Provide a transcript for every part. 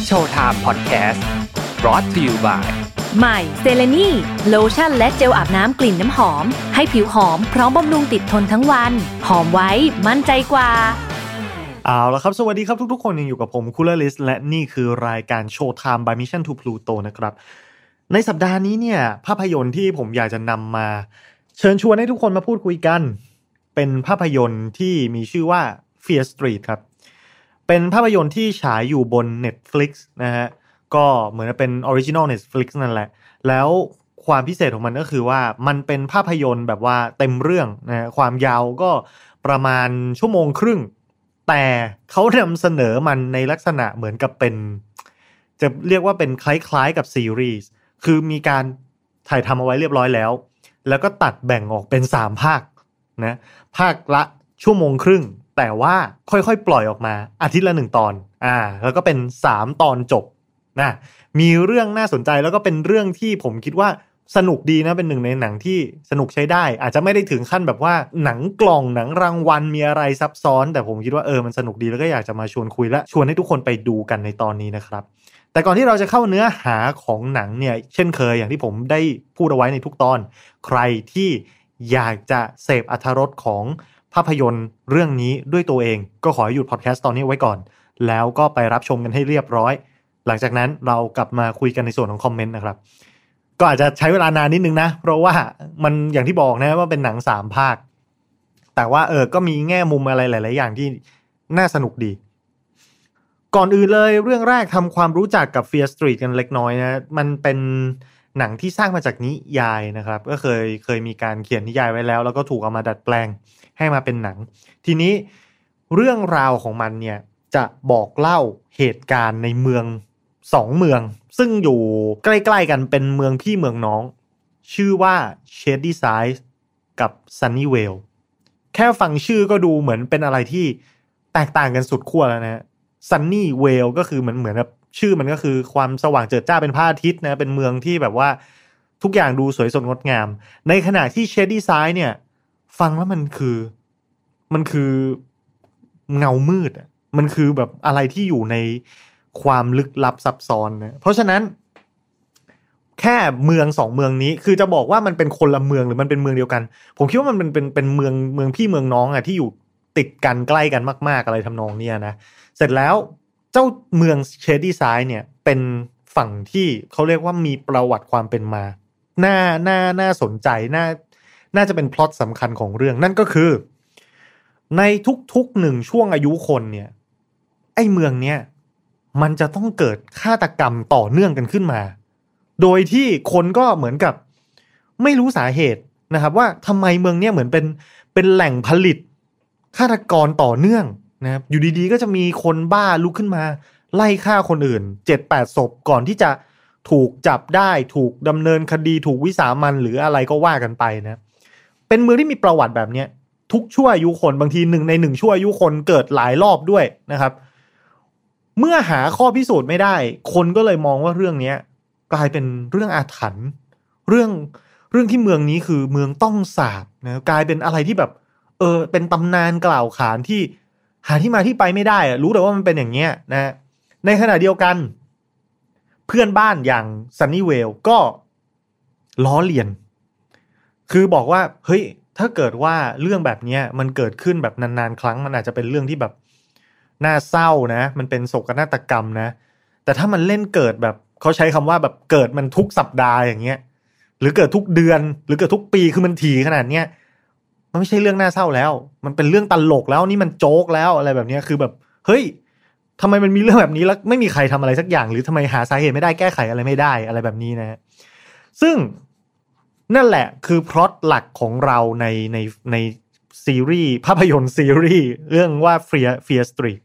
โชว์ไทม์พอดแคสต์ brought to you by ใหม่เซเลนีโลชั่นและเจลอาบน้ำกลิ่นน้ำหอมให้ผิวหอมพร้อมบำรุงติดทนทั้งวันหอมไว้มั่นใจกว่าเอาละครับสวัสดีครับทุกๆคนยังอยู่กับผมคูลเลอร์ลิสและนี่คือรายการโชว์ไทม์ by Mission to Pluto นะครับในสัปดาห์นี้เนี่ยภาพยนตร์ที่ผมอยากจะนำมาเชิญชวนให้ทุกคนมาพูดคุยกันเป็นภาพยนตร์ที่มีชื่อว่า Fear Street ครับเป็นภาพยนตร์ที่ฉายอยู่บน Netflix นะฮะก็เหมือนเป็น Original Netflix นั่นแหละแล้วความพิเศษของมันก็คือว่ามันเป็นภาพยนตร์แบบว่าเต็มเรื่องนะความยาวก็ประมาณชั่วโมงครึ่งแต่เขานำเสนอมันในลักษณะเหมือนกับเป็นจะเรียกว่าเป็นคล้ายๆกับซีรีส์คือมีการถ่ายทำเอาไว้เรียบร้อยแล้วก็ตัดแบ่งออกเป็น3ภาคนะภาคละชั่วโมงครึ่งแต่ว่าค่อยๆปล่อยออกมาอาทิตย์ละ1ตอนแล้วก็เป็น3ตอนจบนะมีเรื่องน่าสนใจแล้วก็เป็นเรื่องที่ผมคิดว่าสนุกดีนะเป็นหนึ่งในหนังที่สนุกใช้ได้อาจจะไม่ได้ถึงขั้นแบบว่าหนังกล่องหนังรางวัลมีอะไรซับซ้อนแต่ผมคิดว่ามันสนุกดีแล้วก็อยากจะมาชวนคุยและชวนให้ทุกคนไปดูกันในตอนนี้นะครับแต่ก่อนที่เราจะเข้าเนื้อหาของหนังเนี่ยเช่นเคยอย่างที่ผมได้พูดเอาไว้ในทุกตอนใครที่อยากจะเสพอรรถรสของภาพยนตร์เรื่องนี้ด้วยตัวเองก็ขอหยุดพอดแคสต์ตอนนี้ไว้ก่อนแล้วก็ไปรับชมกันให้เรียบร้อยหลังจากนั้นเรากลับมาคุยกันในส่วนของคอมเมนต์นะครับก็อาจจะใช้เวลานานนิดนึงนะเพราะว่ามันอย่างที่บอกนะว่าเป็นหนัง3ภาคแต่ว่าก็มีแง่มุมอะไรหลายๆอย่างที่น่าสนุกดีก่อนอื่นเลยเรื่องแรกทำความรู้จักกับ Fear Street กันเล็กน้อยนะมันเป็นหนังที่สร้างมาจากนิยายนะครับก็เคยมีการเขียนนิยายไว้แล้วก็ถูกเอามาดัดแปลงให้มาเป็นหนังทีนี้เรื่องราวของมันเนี่ยจะบอกเล่าเหตุการณ์ในเมือง2เมืองซึ่งอยู่ใกล้ๆกันเป็นเมืองพี่เมืองน้องชื่อว่า Shadyside กับ Sunnyvale แค่ฟังชื่อก็ดูเหมือนเป็นอะไรที่แตกต่างกันสุดขั้วแล้วนะ Sunnyvale ก็คือเหมือนแบบชื่อมันก็คือความสว่างเจิดจ้าเป็นพระอาทิตย์นะเป็นเมืองที่แบบว่าทุกอย่างดูสวยสดงดงามในขณะที่ Shadyside เนี่ยฟังแล้วมันคือเงามืดมันคือแบบอะไรที่อยู่ในความลึกลับซับซ้อนนะเพราะฉะนั้นแค่เมือง2เมืองนี้คือจะบอกว่ามันเป็นคนละเมืองหรือมันเป็นเมืองเดียวกันผมคิดว่ามันเป็นเมืองพี่เมืองน้องที่อยู่ติดกันใกล้กันมากๆอะไรทำนองเนี้ยนะเสร็จแล้วเจ้าเมืองเชดดี้ไซด์เนี่ยเป็นฝั่งที่เขาเรียกว่ามีประวัติความเป็นมาน่าสนใจน่าจะเป็นพล็อตสำคัญของเรื่องนั่นก็คือในทุกๆ1ช่วงอายุคนเนี่ยไอ้เมืองเนี้ยมันจะต้องเกิดฆาตกรรมต่อเนื่องกันขึ้นมาโดยที่คนก็เหมือนกับไม่รู้สาเหตุนะครับว่าทำไมเมืองเนี้ยเหมือนเป็นแหล่งผลิตฆาตกรต่อเนื่องนะครับอยู่ดีๆก็จะมีคนบ้าลุกขึ้นมาไล่ฆ่าคนอื่น 7-8 ศพก่อนที่จะถูกจับได้ถูกดำเนินคดีถูกวิสามัญหรืออะไรก็ว่ากันไปนะเป็นเมืองที่มีประวัติแบบเนี้ยทุกชั่วอายุคนบางที1ใน1ชั่วอายุคนเกิดหลายรอบด้วยนะครับเมื่อหาข้อพิสูจน์ไม่ได้คนก็เลยมองว่าเรื่องนี้กลายเป็นเรื่องอาถรรพ์เรื่องที่เมืองนี้คือเมืองต้องสาปนะกลายเป็นอะไรที่แบบเป็นตำนานกล่าวขานที่หาที่มาที่ไปไม่ได้รู้แต่ว่ามันเป็นอย่างเงี้ยนะในขณะเดียวกันเพื่อนบ้านอย่างซันนี่เวลก็ล้อเลียนคือบอกว่าเฮ้ยถ้าเกิดว่าเรื่องแบบนี้มันเกิดขึ้นแบบนานๆครั้งมันอาจจะเป็นเรื่องที่แบบน่าเศร้านะมันเป็นโศกนาฏกรรมนะแต่ถ้ามันเล่นเกิดแบบเขาใช้คำว่าแบบเกิดมันทุกสัปดาห์อย่างเงี้ยหรือเกิดทุกเดือนหรือเกิดทุกปีคือมันถี่ขนาดเนี้ยมันไม่ใช่เรื่องน่าเศร้าแล้วมันเป็นเรื่องตลกแล้วนี่มันโจ๊กแล้วอะไรแบบนี้คือแบบเฮ้ยทำไมมันมีเรื่องแบบนี้แล้วไม่มีใครทำอะไรสักอย่างหรือทำไมหาสาเหตุไม่ได้แก้ไขอะไรไม่ได้อะไรแบบนี้นะซึ่งนั่นแหละคือพล็อตหลักของเราในซีรีส์ภาพยนตร์ซีรีส์เรื่องว่า Fear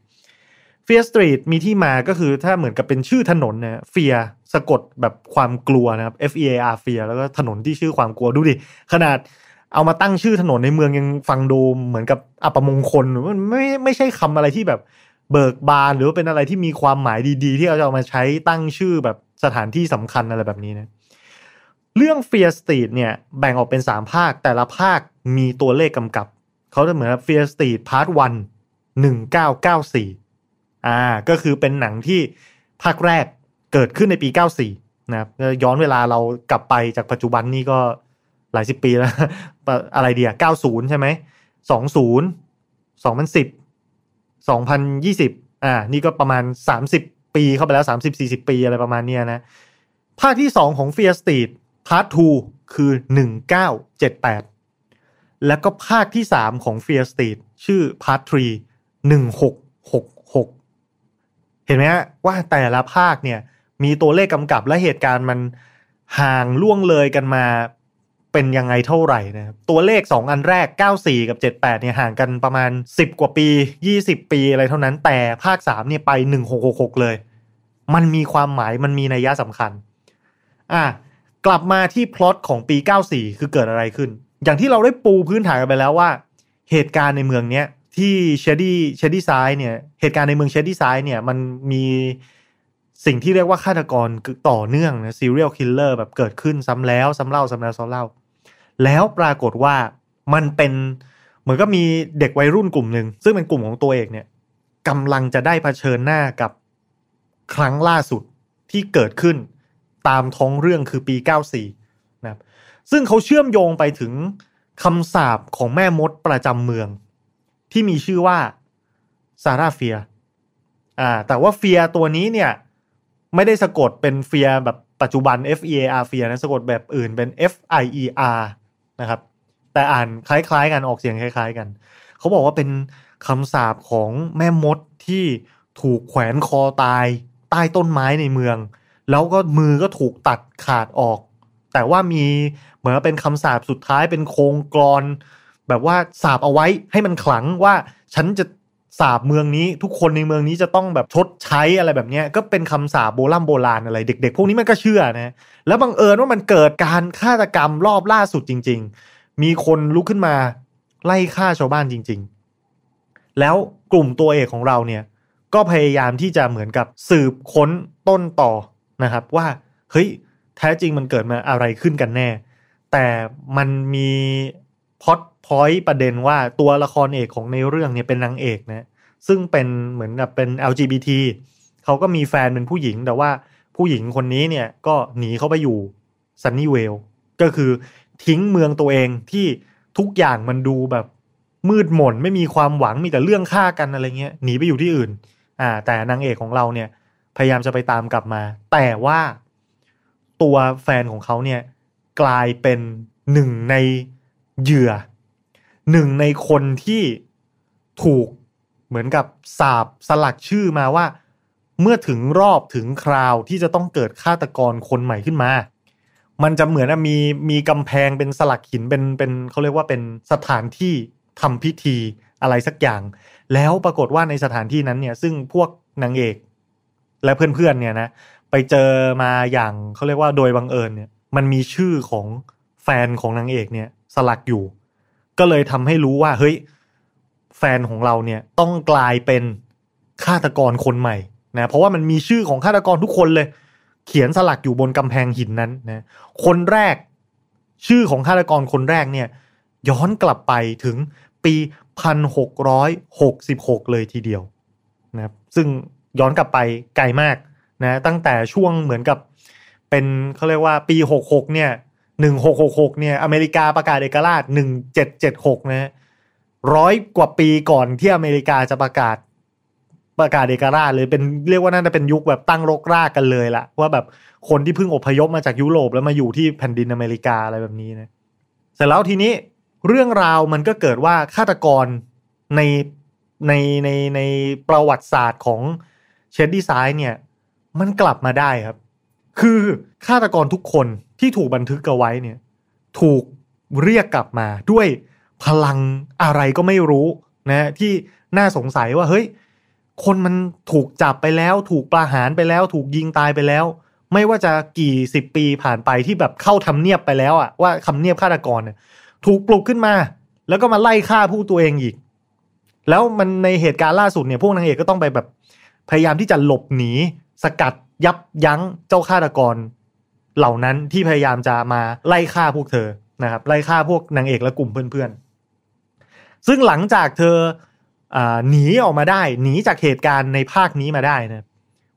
Street มีที่มาก็คือถ้าเหมือนกับเป็นชื่อถนนนะ Fear สะกดแบบความกลัวนะครับ FEAR Fear แล้วก็ถนนที่ชื่อความกลัวดูดิขนาดเอามาตั้งชื่อถนนในเมืองยังฟังดูเหมือนกับอัปมงคลมันไม่ใช่คำอะไรที่แบบเบิกบานหรือว่าเป็นอะไรที่มีความหมายดีๆที่เราจะเอามาใช้ตั้งชื่อแบบสถานที่สำคัญอะไรแบบนี้นะเรื่อง Fear Street เนี่ยแบ่งออกเป็น3ภาคแต่ละภาคมีตัวเลขกำกับเขาจะเหมือน Fear Street Part 1 1994ก็คือเป็นหนังที่ภาคแรกเกิดขึ้นในปี94นะครับย้อนเวลาเรากลับไปจากปัจจุบันนี่ก็หลายสิบปีแล้ว อะไรเดียว90ใช่ไหม20 2010 2020นี่ก็ประมาณ30ปีเข้าไปแล้ว30-40ปีอะไรประมาณเนี้ยนะภาคที่2ของ Fear Street Part 2คือ1978แล้วก็ภาคที่3ของ Fear Street ชื่อ Part 3 1666เห็นไหมฮะว่าแต่ละภาคเนี่ยมีตัวเลขกำกับและเหตุการณ์มันห่างล่วงเลยกันมาเป็นยังไงเท่าไหร่นะครับตัวเลข2อันแรก94กับ78เนี่ยห่างกันประมาณ10กว่าปี20ปีอะไรเท่านั้นแต่ภาค3เนี่ยไป1666เลยมันมีความหมายมันมีนัยสำคัญกลับมาที่พล็อตของปี94คือเกิดอะไรขึ้นอย่างที่เราได้ปูพื้นฐานกันไปแล้วว่าเหตุการณ์ในเมืองเนี้ยที่เชดดี้ไซด์เนี่ยเหตุการณ์ในเมืองเชดดี้ไซด์เนี่ยมันมีสิ่งที่เรียกว่าฆาตกรต่อเนื่องนะ serial killer แบบเกิดขึ้นซ้ำแล้วซ้ำเล่าแล้วปรากฏว่ามันเป็นเหมือนก็มีเด็กวัยรุ่นกลุ่มหนึ่งซึ่งเป็นกลุ่มของตัวเอกเนี่ยกำลังจะได้เผชิญหน้ากับครั้งล่าสุดที่เกิดขึ้นตามท้องเรื่องคือปี94นะครับซึ่งเขาเชื่อมโยงไปถึงคำสาปของแม่มดประจำเมืองที่มีชื่อว่าซาร่าเฟียแต่ว่าเฟียตัวนี้เนี่ยไม่ได้สะกดเป็นเฟียแบบปัจจุบัน FEAR เฟียนะสะกดแบบอื่นเป็น FIER นะครับแต่อ่านคล้ายๆกันออกเสียงคล้ายๆกันเขาบอกว่าเป็นคำสาปของแม่มดที่ถูกแขวนคอตายใต้ต้นไม้ในเมืองแล้วก็มือก็ถูกตัดขาดออกแต่ว่ามีเหมือนเป็นคำสาปสุดท้ายเป็นโครงกลอนแบบว่าสาปเอาไว้ให้มันขลังว่าฉันจะสาปเมืองนี้ทุกคนในเมืองนี้จะต้องแบบชดใช้อะไรแบบนี้ก็เป็นคำสาปโบราณอะไรเด็กๆพวกนี้มันก็เชื่อนะแล้วบังเอิญว่ามันเกิดการฆาตกรรมรอบล่าสุดจริงๆมีคนลุกขึ้นมาไล่ฆ่าชาวบ้านจริงๆแล้วกลุ่มตัวเอกของเราเนี่ยก็พยายามที่จะเหมือนกับสืบค้นต้นต่อนะครับว่าเฮ้ยแท้จริงมันเกิดมาอะไรขึ้นกันแน่แต่มันมีพล็อตพอยต์ประเด็นว่าตัวละครเอกของในเรื่องเนี่ยเป็นนางเอกนะซึ่งเป็นเหมือนกับเป็น LGBT เขาก็มีแฟนเป็นผู้หญิงแต่ว่าผู้หญิงคนนี้เนี่ยก็หนีเข้าไปอยู่ซันนี่เวลก็คือทิ้งเมืองตัวเองที่ทุกอย่างมันดูแบบมืดหม่นไม่มีความหวังมีแต่เรื่องฆ่ากันอะไรเงี้ยหนีไปอยู่ที่อื่นแต่นางเอกของเราเนี่ยพยายามจะไปตามกลับมาแต่ว่าตัวแฟนของเขาเนี่ยกลายเป็นหนึ่งในเหยื่อหนึ่งในคนที่ถูกเหมือนกับสาปสลักชื่อมาว่าเมื่อถึงรอบถึงคราวที่จะต้องเกิดฆาตกรคนใหม่ขึ้นมามันจะเหมือนมีกำแพงเป็นสลักหินเป็นเขาเรียกว่าเป็นสถานที่ทำพิธีอะไรสักอย่างแล้วปรากฏว่าในสถานที่นั้นเนี่ยซึ่งพวกนางเอกและเพื่อนๆเนี่ยนะไปเจอมาอย่างเขาเรียกว่าโดยบังเอิญเนี่ยมันมีชื่อของแฟนของนางเอกเนี่ยสลักอยู่ก็เลยทำให้รู้ว่าเฮ้ยแฟนของเราเนี่ยต้องกลายเป็นฆาตกรคนใหม่นะเพราะว่ามันมีชื่อของฆาตกรทุกคนเลยเขียนสลักอยู่บนกำแพงหินนั้นนะคนแรกชื่อของฆาตกรคนแรกเนี่ยย้อนกลับไปถึงปี1666เลยทีเดียวนะครับซึ่งย้อนกลับไปไกลมากนะตั้งแต่ช่วงเหมือนกับเป็นเขาเรียกว่าปี66เนี่ย1666เนี่ยอเมริกาประกาศเอกราช1776นะ100 กว่าปีก่อนที่อเมริกาจะประกาศเอกราชเลยเป็นเรียกว่าน่าจะเป็นยุคแบบตั้งรกรากกันเลยล่ะว่าแบบคนที่เพิ่งอพยพมาจากยุโรปแล้วมาอยู่ที่แผ่นดินอเมริกาอะไรแบบนี้นะเสร็จแล้วทีนี้เรื่องราวมันก็เกิดว่าฆาตกรในประวัติศาสตร์ของเชดดี้ไซด์เนี่ยมันกลับมาได้ครับคือฆาตกรทุกคนที่ถูกบันทึกเอาไว้เนี่ยถูกเรียกกลับมาด้วยพลังอะไรก็ไม่รู้นะที่น่าสงสัยว่าเฮ้ยคนมันถูกจับไปแล้วถูกประหารไปแล้วถูกยิงตายไปแล้วไม่ว่าจะกี่10 ปีผ่านไปที่แบบเข้าทำเนียบไปแล้วอะว่าทำเนียบฆาตกรเนี่ยถูกปลุกขึ้นมาแล้วก็มาไล่ฆ่าผู้ตัวเองอีกแล้วมันในเหตุการณ์ล่าสุดเนี่ยพวกนางเอกก็ต้องไปแบบพยายามที่จะหลบหนีสกัดยับยั้งเจ้าฆาตกรเหล่านั้นที่พยายามจะมาไล่ฆ่าพวกเธอนะครับไล่ฆ่าพวกนางเอกและกลุ่มเพื่อนๆซึ่งหลังจากเธอหนีออกมาได้หนีจากเหตุการณ์ในภาคนี้มาได้นะ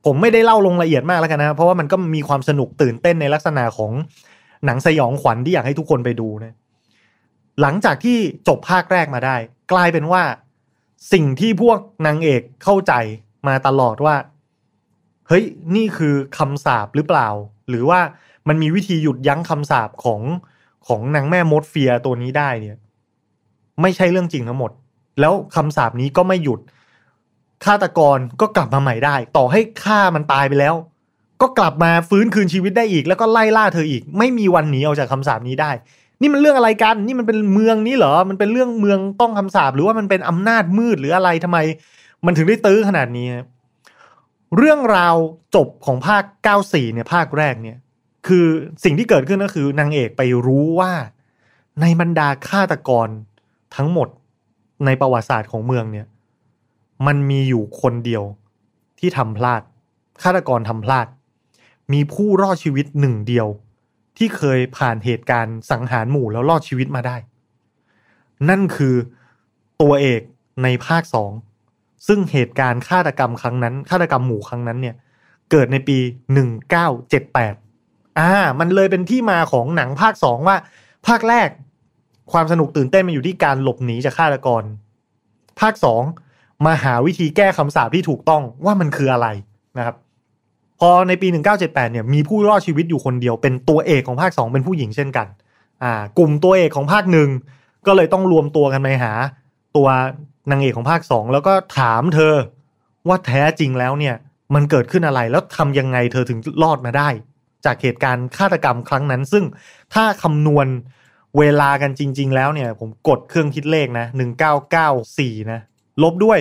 ผมไม่ได้เล่าลงละเอียดมากแล้วกันนะเพราะว่ามันก็มีความสนุกตื่นเต้นในลักษณะของหนังสยองขวัญที่อยากให้ทุกคนไปดูนะหลังจากที่จบภาคแรกมาได้กลายเป็นว่าสิ่งที่พวกนางเอกเข้าใจมาตลอดว่าเฮ้ยนี่คือคำสาปหรือเปล่าหรือว่ามันมีวิธีหยุดยั้งคำสาปของนางแม่มดเฟียตัวนี้ได้เนี่ยไม่ใช่เรื่องจริงทั้งหมดแล้วคำสาปนี้ก็ไม่หยุดฆาตกรก็กลับมาใหม่ได้ต่อให้ฆ่ามันตายไปแล้วก็กลับมาฟื้นคืนชีวิตได้อีกแล้วก็ไล่ล่าเธออีกไม่มีวันหนีออกจากคำสาปนี้ได้นี่มันเรื่องอะไรกันนี่มันเป็นเมืองนี้เหรอมันเป็นเรื่องเมืองต้องคำสาปหรือว่ามันเป็นอำนาจมืดหรืออะไรทำไมมันถึงได้ตื้อขนาดนี้เรื่องราวจบของภาค94เนี่ยภาคแรกเนี่ยคือสิ่งที่เกิดขึ้นก็คือนางเอกไปรู้ว่าในบรรดาฆาตกรทั้งหมดในประวัติศาสตร์ของเมืองเนี่ยมันมีอยู่คนเดียวที่ทำพลาดฆาตกรทำพลาดมีผู้รอดชีวิตหนึ่งเดียวที่เคยผ่านเหตุการณ์สังหารหมู่แล้วรอดชีวิตมาได้นั่นคือตัวเอกในภาค2ซึ่งเหตุการณ์ฆาตกรรมครั้งนั้นฆาตกรรมหมู่ครั้งนั้นเนี่ยเกิดในปี1978มันเลยเป็นที่มาของหนังภาค2ว่าภาคแรกความสนุกตื่นเต้นมันอยู่ที่การหลบหนีจากฆาตกรภาค2มาหาวิธีแก้คำสาปที่ถูกต้องว่ามันคืออะไรนะครับพอในปี1978เนี่ยมีผู้รอดชีวิตอยู่คนเดียวเป็นตัวเอกของภาค2เป็นผู้หญิงเช่นกันกลุ่มตัวเอกของภาค1ก็เลยต้องรวมตัวกันไปหาตัวนางเอกของภาค2แล้วก็ถามเธอว่าแท้จริงแล้วเนี่ยมันเกิดขึ้นอะไรแล้วทำยังไงเธอถึงรอดมาได้จากเหตุการณ์ฆาตกรรมครั้งนั้นซึ่งถ้าคำนวณเวลากันจริงๆแล้วเนี่ยผมกดเครื่องคิดเลขนะ1994นะลบด้วย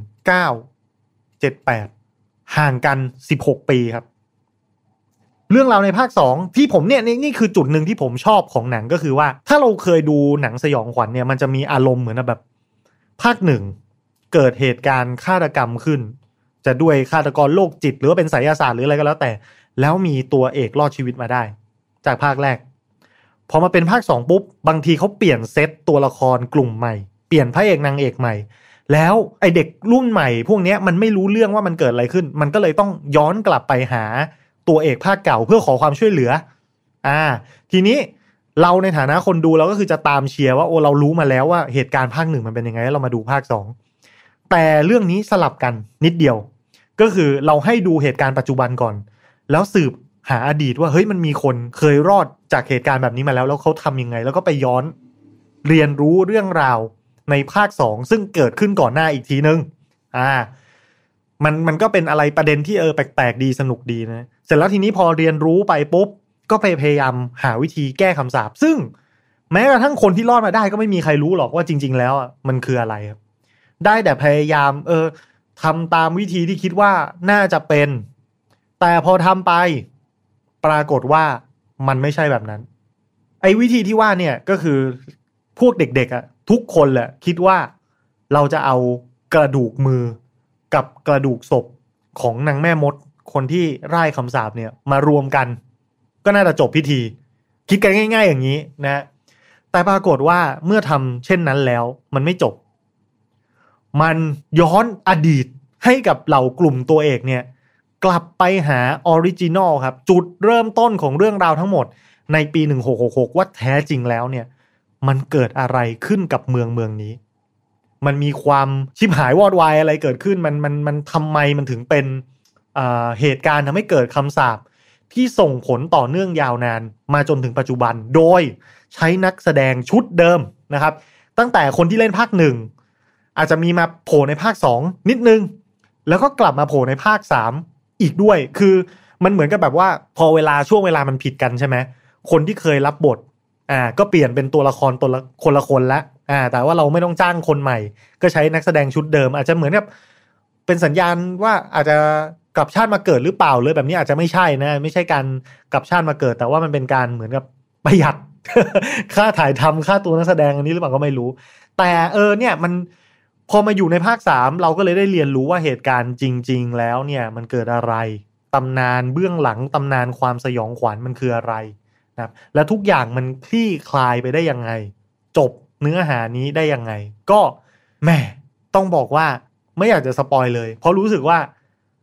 1978ห่างกัน16ปีครับเรื่องราวในภาค2ที่ผมเนี่ยนี่คือจุดหนึ่งที่ผมชอบของหนังก็คือว่าถ้าเราเคยดูหนังสยองขวัญเนี่ยมันจะมีอารมณ์เหมือนแบบภาค1เกิดเหตุการณ์ฆาตกรรมขึ้นจะด้วยฆาตกรโรคจิตหรือว่าเป็นไสยศาสตร์หรืออะไรก็แล้วแต่แล้วมีตัวเอกรอดชีวิตมาได้จากภาคแรกพอมาเป็นภาค2ปุ๊บบางทีเขาเปลี่ยนเซตตัวละครกลุ่มใหม่เปลี่ยนพระเอกนางเอกใหม่แล้วไอเด็กรุ่นใหม่พวกนี้มันไม่รู้เรื่องว่ามันเกิดอะไรขึ้นมันก็เลยต้องย้อนกลับไปหาตัวเอกภาคเก่าเพื่อขอความช่วยเหลือทีนี้เราในฐานะคนดูเราก็คือจะตามเชียร์ว่าโอ้เรารู้มาแล้วว่าเหตุการณ์ภาค1มันเป็นยังไงเรามาดูภาค2แต่เรื่องนี้สลับกันนิดเดียวก็คือเราให้ดูเหตุการณ์ปัจจุบันก่อนแล้วสืบหาอดีตว่าเฮ้ยมันมีคนเคยรอดจากเหตุการณ์แบบนี้มาแล้วเขาทำยังไงแล้วก็ไปย้อนเรียนรู้เรื่องราวในภาค2ซึ่งเกิดขึ้นก่อนหน้าอีกทีนึงมันก็เป็นอะไรประเด็นที่แปลกๆดีสนุกดีนะเสร็จแล้วทีนี้พอเรียนรู้ไปปุ๊บก็ไปพยายามหาวิธีแก้คำสาปซึ่งแม้กระทั่งคนที่รอดมาได้ก็ไม่มีใครรู้หรอกว่าจริงๆแล้วมันคืออะไรครับได้แต่พยายามทำตามวิธีที่คิดว่าน่าจะเป็นแต่พอทำไปปรากฏว่ามันไม่ใช่แบบนั้นไอ้วิธีที่ว่าเนี่ยก็คือพวกเด็กๆทุกคนแหละคิดว่าเราจะเอากระดูกมือกับกระดูกศพของนางแม่มดคนที่ร่ายคำสาปเนี่ยมารวมกันก็น่าจะจบพิธีคิดกันง่ายๆอย่างนี้นะแต่ปรากฏว่าเมื่อทำเช่นนั้นแล้วมันไม่จบมันย้อนอดีตให้กับเหล่ากลุ่มตัวเอกเนี่ยกลับไปหาออริจินอลครับจุดเริ่มต้นของเรื่องราวทั้งหมดในปี1666ว่าแท้จริงแล้วเนี่ยมันเกิดอะไรขึ้นกับเมืองนี้มันมีความชิบหายวอดวายอะไรเกิดขึ้นมันทำไมมันถึงเป็นเหตุการณ์ทำให้เกิดคำสาปที่ส่งผลต่อเนื่องยาวนานมาจนถึงปัจจุบันโดยใช้นักแสดงชุดเดิมนะครับตั้งแต่คนที่เล่นภาค1อาจจะมีมาโผล่ในภาค2นิดนึงแล้วก็กลับมาโผล่ในภาค3อีกด้วยคือมันเหมือนกับแบบว่าพอช่วงเวลามันผิดกันใช่ไหมคนที่เคยรับบทก็เปลี่ยนเป็นตัวละครคนละคนละแต่ว่าเราไม่ต้องจ้างคนใหม่ก็ใช้นักแสดงชุดเดิมอาจจะเหมือนกับเป็นสัญญาณว่าอาจจะกลับชาติมาเกิดหรือเปล่าเลยแบบนี้อาจจะไม่ใช่นะไม่ใช่การกลับชาติมาเกิดแต่ว่ามันเป็นการเหมือนกับประหยัด ค่าถ่ายทำค่าตัวนักแสดงอันนี้หรือเปล่าก็ไม่รู้แต่เนี่ยมันพอมาอยู่ในภาค3เราก็เลยได้เรียนรู้ว่าเหตุการณ์จริงๆแล้วเนี่ยมันเกิดอะไรตำนานเบื้องหลังตำนานความสยองขวัญมันคืออะไรนะครับและทุกอย่างมันคลี่คลายไปได้ยังไงจบเนื้อหานี้ได้ยังไงก็แหมต้องบอกว่าไม่อยากจะสปอยเลยเพราะรู้สึกว่า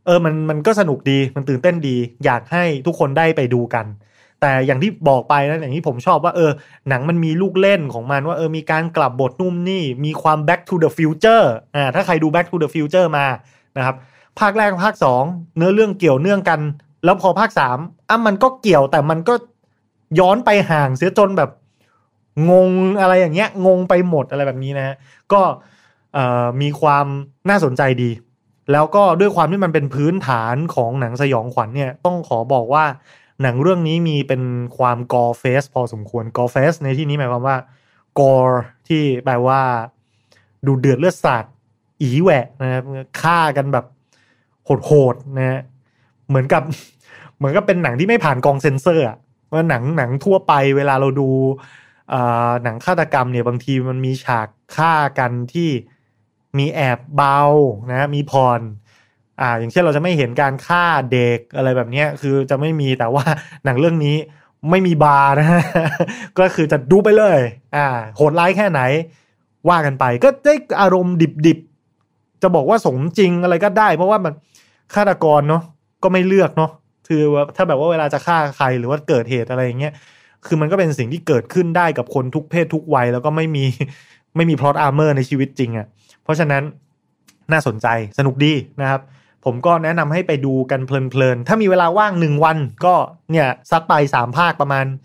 มันก็สนุกดีมันตื่นเต้นดีอยากให้ทุกคนได้ไปดูกันแต่อย่างที่บอกไปนะอย่างที่ผมชอบว่าหนังมันมีลูกเล่นของมันว่ามีการกลับบทนู่นนี่มีความ back to the future ถ้าใครดู back to the future มานะครับภาคแรกภาค2เนื้อเรื่องเกี่ยวเนื่องกันแล้วพอภาค3มันก็เกี่ยวแต่มันก็ย้อนไปห่างเสียจนแบบงงอะไรอย่างเงี้ยงงไปหมดอะไรแบบนี้นะก็มีความน่าสนใจดีแล้วก็ด้วยความที่มันเป็นพื้นฐานของหนังสยองขวัญเนี่ยต้องขอบอกว่าหนังเรื่องนี้มีเป็นความกอร์เฟสพอสมควรกอร์เฟสในที่นี้หมายความว่ากอร์ที่แปลว่าดูเดือดเลือดสาดอีแหวะนะครับฆ่ากันแบบโหดๆนะเหมือนกับเป็นหนังที่ไม่ผ่านกองเซ็นเซอร์อ่ะว่าหนังทั่วไปเวลาเราดูหนังฆาตกรรมเนี่ยบางทีมันมีฉากฆ่ากันที่มีแอบเบานะมีผ่อนอย่างเช่นเราจะไม่เห็นการฆ่าเด็กอะไรแบบนี้คือจะไม่มีแต่ว่าหนังเรื่องนี้ไม่มีบาร์นะฮะ ก็คือจะดูไปเลยโหดร้ายแค่ไหนว่ากันไปก็ได้อารมณ์ดิบๆจะบอกว่าสมจริงอะไรก็ได้เพราะว่ามันฆาตกรเนาะก็ไม่เลือกเนาะคือว่าถ้าแบบว่าเวลาจะฆ่าใครหรือว่าเกิดเหตุอะไรอย่างเงี้ยคือมันก็เป็นสิ่งที่เกิดขึ้นได้กับคนทุกเพศทุกวัยแล้วก็ไม่มีพล็อตอาร์เมอร์ในชีวิตจริงเพราะฉะนั้นน่าสนใจสนุกดีนะครับผมก็แนะนำให้ไปดูกันเพลินๆถ้ามีเวลาว่าง1วันก็เนี่ยซัดไป3ภาคประมาณ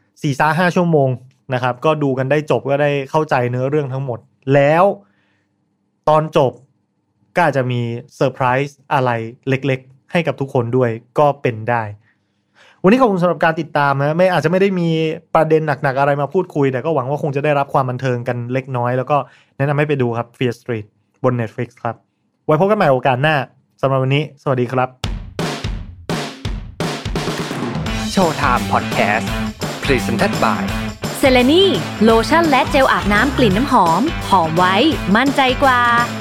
4-5 ชั่วโมงนะครับก็ดูกันได้จบก็ได้เข้าใจเนื้อเรื่องทั้งหมดแล้วตอนจบก็อาจจะมีเซอร์ไพรส์อะไรเล็กๆให้กับทุกคนด้วยก็เป็นได้วันนี้ขอบคุณสำหรับการติดตามนะอาจจะไม่ได้มีประเด็นหนักๆอะไรมาพูดคุยแต่ก็หวังว่าคงจะได้รับความบันเทิงกันเล็กน้อยแล้วก็แนะนำให้ไปดูครับ Fear Street บน Netflix ครับไว้พบกันใหม่โอกาสหน้าสำหรับวันนี้สวัสดีครับ Showtime Podcast Presented by เซเลนีโลชั่นและเจลอาบน้ำกลิ่นน้ำหอมหอมไว้มั่นใจกว่า